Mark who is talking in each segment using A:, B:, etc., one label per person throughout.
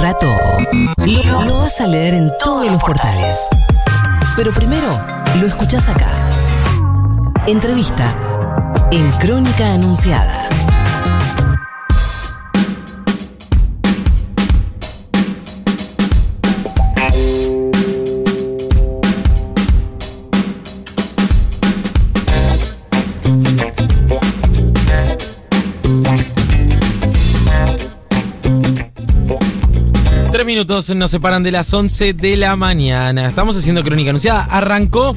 A: rato lo vas a leer en todos los portales. Pero primero lo escuchás acá. Entrevista en Crónica Anunciada.
B: Minutos nos separan de las 11 de la mañana. Estamos haciendo Crónica Anunciada. Arrancó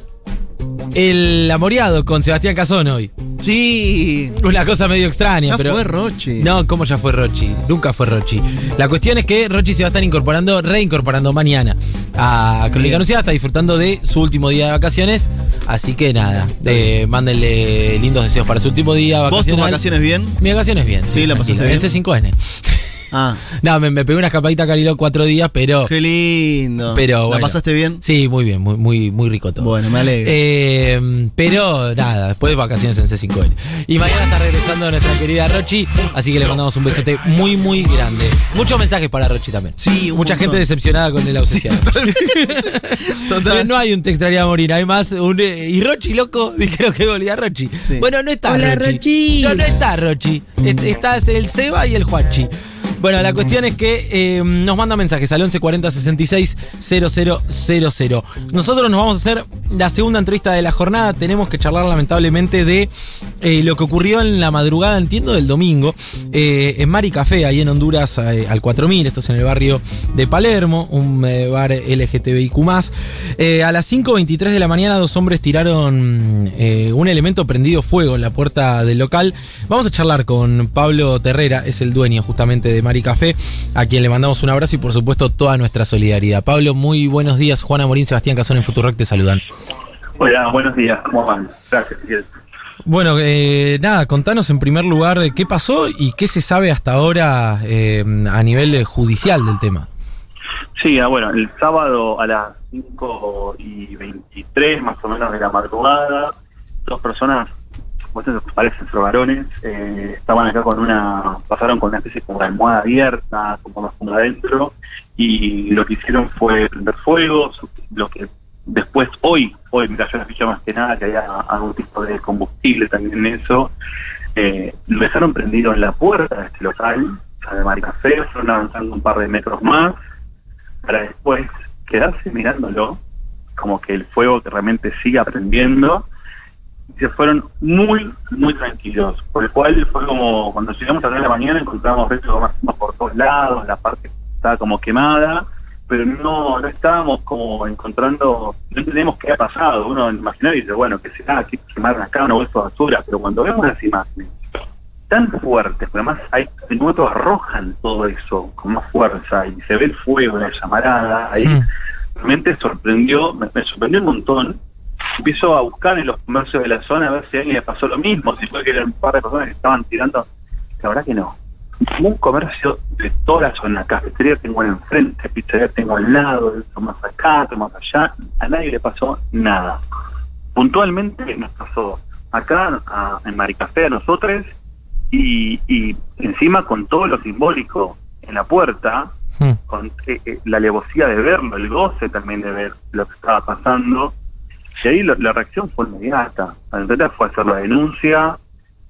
B: el amoreado con Sebastián Cazón hoy.
C: Sí.
B: Una cosa medio extraña,
C: ya
B: pero.
C: Fue Rochi.
B: No, ¿cómo ya fue Rochi? Nunca fue Rochi. La cuestión es que Rochi se va a estar reincorporando mañana a Crónica Anunciada. Está disfrutando de su último día de vacaciones. Así que nada, mándenle lindos deseos para su último día vacacional.
C: ¿Vos tus vacaciones bien?
B: Mi vacaciones bien.
C: Sí, la pasaste bien.
B: En C5N.
C: Ah.
B: No, me pegué una escapadita a Cariló 4 días, pero.
C: Qué lindo.
B: Pero bueno.
C: ¿La pasaste bien?
B: Sí, muy bien, muy rico todo.
C: Bueno, me alegro.
B: Pero nada, después de vacaciones en C5N. Y mañana está regresando nuestra querida Rochi, así que le mandamos un besote muy grande. Muchos mensajes para Rochi también.
C: Sí,
B: mucha gente decepcionada con el ausenciado.
C: Total.
B: No hay un te extraña a morir, hay más y Rochi, loco, dijeron que volvía Rochi. Sí. Bueno, no está
D: Hola,
B: Rochi. No está Rochi. Está el Seba y el Juanchi. Bueno, la cuestión es que nos manda mensajes al 1140 66 000. Nosotros nos vamos a hacer la segunda entrevista de la jornada. Tenemos que charlar lamentablemente de lo que ocurrió en la madrugada, entiendo, del domingo, en Mari Café, ahí en Honduras, al 4000. Esto es en el barrio de Palermo, un bar LGTBIQ+. A las 5:23 de la mañana, dos hombres tiraron un elemento prendido fuego en la puerta del local. Vamos a charlar con Pablo Terrera, es el dueño justamente de Mari Café, a quien le mandamos un abrazo y por supuesto toda nuestra solidaridad. Pablo, muy buenos días. Juana Morín, Sebastián Cazón en Futurock te saludan.
E: Hola, buenos días, ¿cómo van? Gracias.
B: Bueno, nada, contanos en primer lugar qué pasó y qué se sabe hasta ahora a nivel judicial del tema.
E: Sí, bueno, el sábado a las 5:23 más o menos de la madrugada, dos personas, parecen ser varones, estaban acá pasaron con una especie como de almohada abierta, como adentro, y lo que hicieron fue prender fuego, lo que después, hoy mira, yo les dije más que nada que había algún tipo de combustible también en eso, lo dejaron prendido en la puerta de este local, o sea, de Mari Café, fueron avanzando un par de metros más, para después quedarse mirándolo, como que el fuego que realmente siga prendiendo, y se fueron muy tranquilos, por el cual fue como, cuando llegamos a la mañana encontramos restos más por todos lados, la parte estaba como quemada, pero no estábamos como encontrando, no entendemos qué ha pasado. Uno imagina y dice, bueno, ¿qué será? ¿Qué quemaron acá? Una bolsa de basura, pero cuando vemos las imágenes tan fuertes, pero además de nuevo arrojan todo eso con más fuerza y se ve el fuego, la llamarada, ahí realmente me sorprendió un montón. Empiezo a buscar en los comercios de la zona a ver si a alguien le pasó lo mismo, si fue que eran un par de personas que estaban tirando. La verdad que no. Un comercio de toda la zona, cafetería tengo enfrente, pizzería tengo al lado, más acá, más allá, a nadie le pasó nada. Puntualmente nos pasó acá en Mari Café a nosotros y encima con todo lo simbólico en la puerta, con la alevosía de verlo, el goce también de ver lo que estaba pasando. Y ahí la reacción fue inmediata. La verdad fue hacer la denuncia.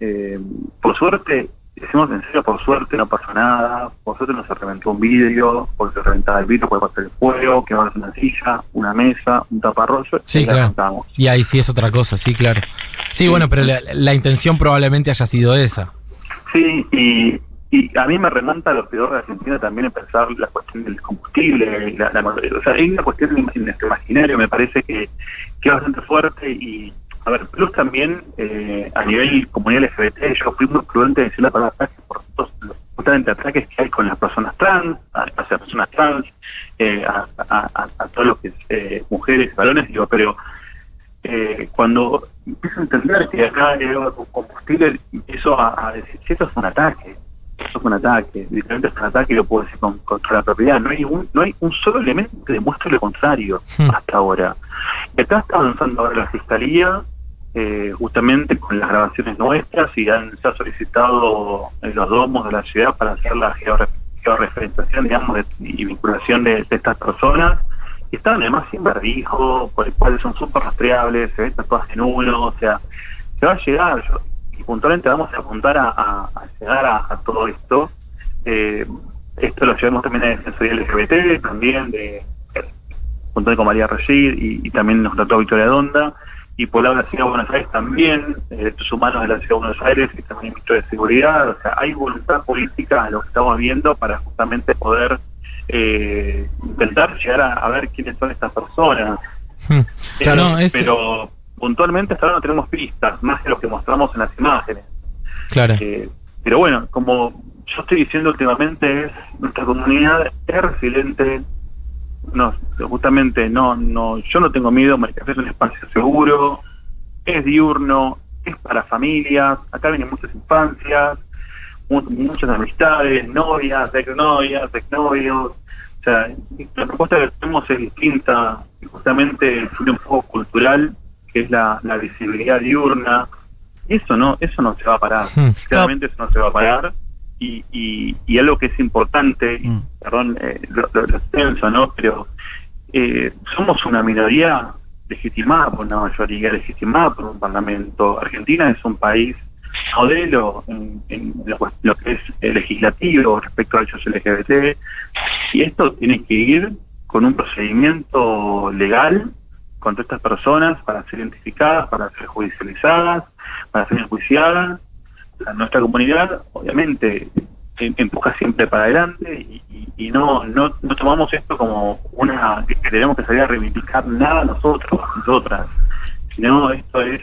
E: Por suerte, decimos en serio, por suerte no pasó nada. Por suerte no se reventó un vidrio, porque se reventaba el vidrio puede pasar el fuego, quemar una silla, una mesa, un taparrollo.
B: Sí, claro. Y ahí sí es otra cosa, sí, claro. Sí, bueno, pero la intención probablemente haya sido esa.
E: Sí, y a mí me remonta a lo peor de Argentina también en pensar la cuestión del combustible, o sea, hay una cuestión en nuestro imaginario, me parece que es bastante fuerte y, a ver, plus también a nivel comunidad LGBT, yo fui muy prudente de decir la palabra ataque por todos los justamente ataques que hay con las personas trans, hacia personas trans, a todo lo que es mujeres, varones, digo, pero cuando empiezo a entender que acá hay combustible, empiezo a decir, si esto es un ataque, literalmente es un ataque, lo puedo decir con toda la propiedad, no hay un solo elemento que demuestre lo contrario hasta ahora. Y acá está avanzando ahora la Fiscalía, justamente con las grabaciones nuestras, y se ha solicitado en los domos de la ciudad para hacer la georreferenciación, digamos, y vinculación de estas personas. Y estaban además sin barbijo, por el cual son súper rastreables, se ven tatuajes en uno, o sea, se va a llegar, y puntualmente vamos a apuntar a llegar a todo esto. Esto lo llevamos también a Defensoría LGBT, también junto con María Rashid, y también nos trató Victoria Donda, y por la Ciudad de Buenos Aires también, Derechos Humanos de la Ciudad de Buenos Aires, y también el Ministro de Seguridad. O sea, hay voluntad política en lo que estamos viendo para justamente poder intentar llegar a ver quiénes son estas personas.
B: Claro,
E: pero puntualmente hasta ahora no tenemos pistas, más que lo que mostramos en las imágenes.
B: Claro.
E: Pero bueno, como yo estoy diciendo últimamente, nuestra comunidad es resiliente. Justamente yo no tengo miedo. Maricafé es un espacio seguro, es diurno, es para familias. Acá vienen muchas infancias, muchas amistades, novias, exnovios. O sea, la propuesta que tenemos es distinta, justamente tiene un foco cultural, que es la visibilidad diurna. Y eso no se va a parar. Claramente eso no se va a parar. Y algo que es importante, perdón, lo extenso, ¿no? Pero somos una minoría legitimada por una mayoría, legitimada por un parlamento. Argentina es un país modelo en lo que es legislativo respecto a derechos LGBT, y esto tiene que ir con un procedimiento legal contra estas personas para ser identificadas, para ser judicializadas, para ser enjuiciadas. Nuestra comunidad obviamente empuja siempre para adelante y no tomamos esto como que tenemos que salir a reivindicar nada nosotras, sino esto es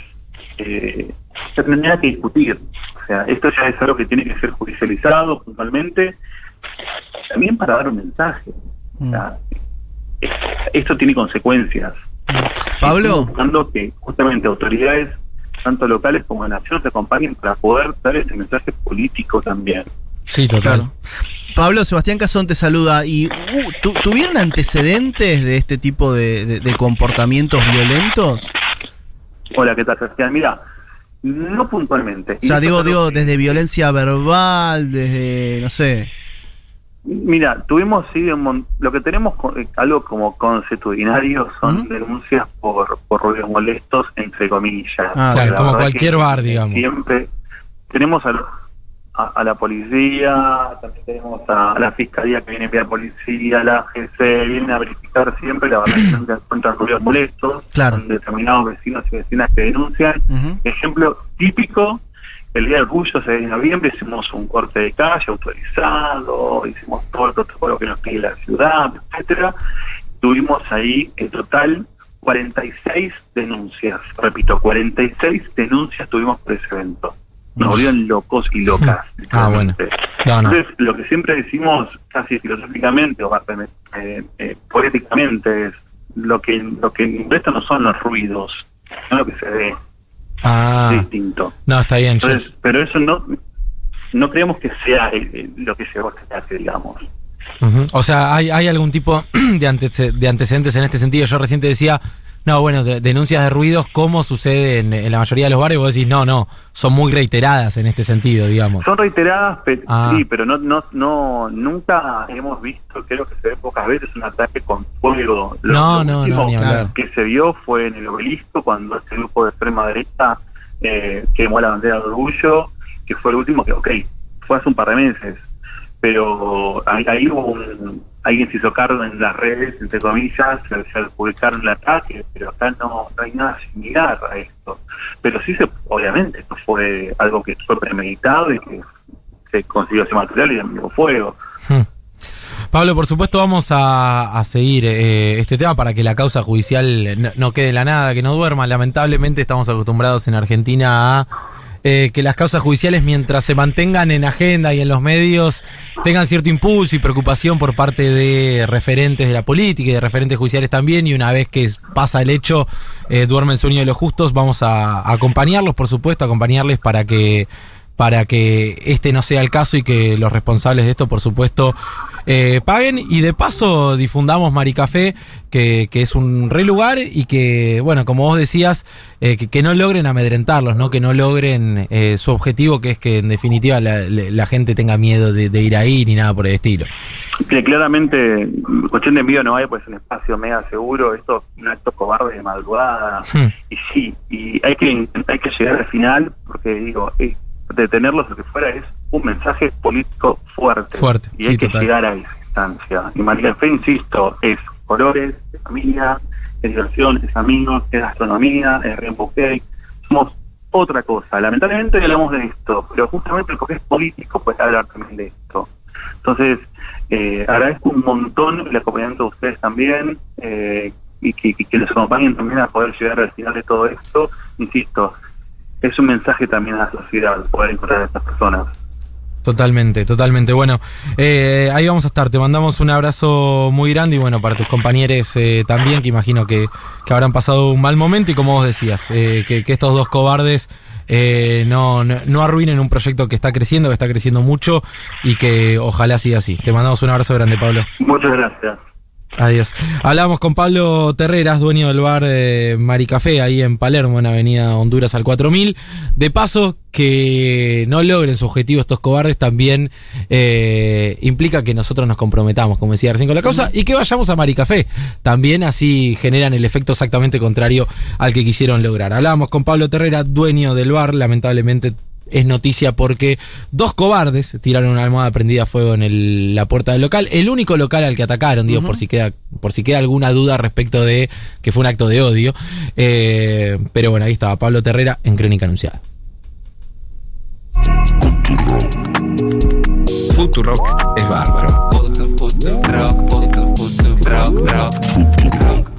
E: ya tendría que discutir. O sea, esto ya es algo que tiene que ser judicializado puntualmente, también para dar un mensaje. O sea, esto tiene consecuencias.
C: Pablo,
E: Estamos buscando que justamente autoridades tanto locales como de nación se acompañen para poder dar ese mensaje político también.
B: Sí, total.
C: claro. Pablo, Sebastián Cazón te saluda. ¿Y tuvieron antecedentes de este tipo de comportamientos violentos?
E: Hola, ¿qué tal, Sebastián? Mira, no puntualmente.
C: O sea, digo, desde violencia verbal, desde, no sé.
E: Mira, tuvimos lo que tenemos algo como consuetudinario son denuncias por ruidos molestos, entre comillas.
B: Claro, como cualquier bar, digamos.
E: Siempre tenemos a la policía, también tenemos a la fiscalía que viene a enviar policía, la GC viene a verificar siempre la valoración de contra ruidos molestos.
C: Claro.
E: Con determinados vecinos y vecinas que denuncian. Ejemplo típico: el día del orgullo, 6 de noviembre, hicimos un corte de calle autorizado, hicimos todo el protocolo que nos pide la ciudad, etcétera. Tuvimos ahí en total 46 denuncias. Repito, 46 denuncias tuvimos por ese evento. Nos volvieron locos y locas.
B: Bueno. No.
E: Entonces, lo que siempre decimos, casi filosóficamente o poéticamente, es lo que esto no son los ruidos, no lo que se ve. Es distinto.
B: No, está bien.
E: Entonces, pero eso no creemos que sea lo que se hace, digamos.
B: O sea, hay algún tipo de antecedentes en este sentido. Yo recién te decía, denuncias de ruidos, ¿cómo sucede en la mayoría de los barrios? Vos decís, no, son muy reiteradas en este sentido, digamos.
E: Son reiteradas, sí, pero nunca hemos visto, creo que se ve pocas veces, un ataque con fuego.
B: Lo ni hablar.
E: Que se vio fue en el Obelisco, cuando este grupo de extrema derecha quemó la bandera del orgullo, que fue el último que, fue hace un par de meses. Pero ahí hubo alguien se hizo cargo en las redes, entre comillas, se publicaron el ataque, pero acá no hay nada similar a esto. Pero sí, obviamente, esto fue algo que fue premeditado y que se consiguió ese material y envió fuego.
B: Pablo, por supuesto vamos a seguir este tema para que la causa judicial no quede en la nada, que no duerma. Lamentablemente estamos acostumbrados en Argentina a que las causas judiciales, mientras se mantengan en agenda y en los medios, tengan cierto impulso y preocupación por parte de referentes de la política y de referentes judiciales también, y una vez que pasa el hecho, duerme el sueño de los justos. Vamos a acompañarlos, por supuesto, acompañarles para que para que este no sea el caso y que los responsables de esto, por supuesto, paguen. Y de paso difundamos Maricafé, que es un re lugar y que, bueno, como vos decías, que no logren amedrentarlos, ¿no? Que no logren su objetivo, que es que en definitiva la gente tenga miedo de ir ahí ni nada por el estilo.
E: Que claramente cuestión de envío no hay, pues es un espacio mega seguro, esto es un acto cobarde de madrugada, y sí, y hay que llegar al final, porque digo, detenerlos lo que fuera es un mensaje político fuerte y hay que llegar a esa instancia. Y Maricafé, insisto, es colores, es familia, es diversión, es amigos, es gastronomía, es rainbow cake. Somos otra cosa. Lamentablemente hablamos de esto, pero justamente porque es político puede hablar también de esto. Entonces, agradezco un montón el acompañamiento de ustedes también, y que nos acompañen también a poder llegar al final de todo esto. Insisto, es un mensaje también a la sociedad poder encontrar a estas personas.
B: Totalmente. Bueno, ahí vamos a estar. Te mandamos un abrazo muy grande y bueno, para tus compañeros también, que imagino que habrán pasado un mal momento y como vos decías, que estos dos cobardes no arruinen un proyecto que está creciendo mucho y que ojalá siga así. Te mandamos un abrazo grande, Pablo.
E: Muchas gracias.
B: Adiós. Hablamos con Pablo Terreras, dueño del bar Maricafé, ahí en Palermo, en Avenida Honduras al 4000. De paso, que no logren su objetivo estos cobardes también implica que nosotros nos comprometamos, como decía recién, con la causa, y que vayamos a Maricafé. También así generan el efecto exactamente contrario al que quisieron lograr. Hablábamos con Pablo Terreras, dueño del bar. Lamentablemente es noticia porque dos cobardes tiraron una almohada prendida a fuego en la puerta del local, el único local al que atacaron, digo, por si queda alguna duda respecto de que fue un acto de odio, pero bueno, ahí estaba Pablo Terrera en Crónica Anunciada.
D: Futurock es bárbaro. Futurock.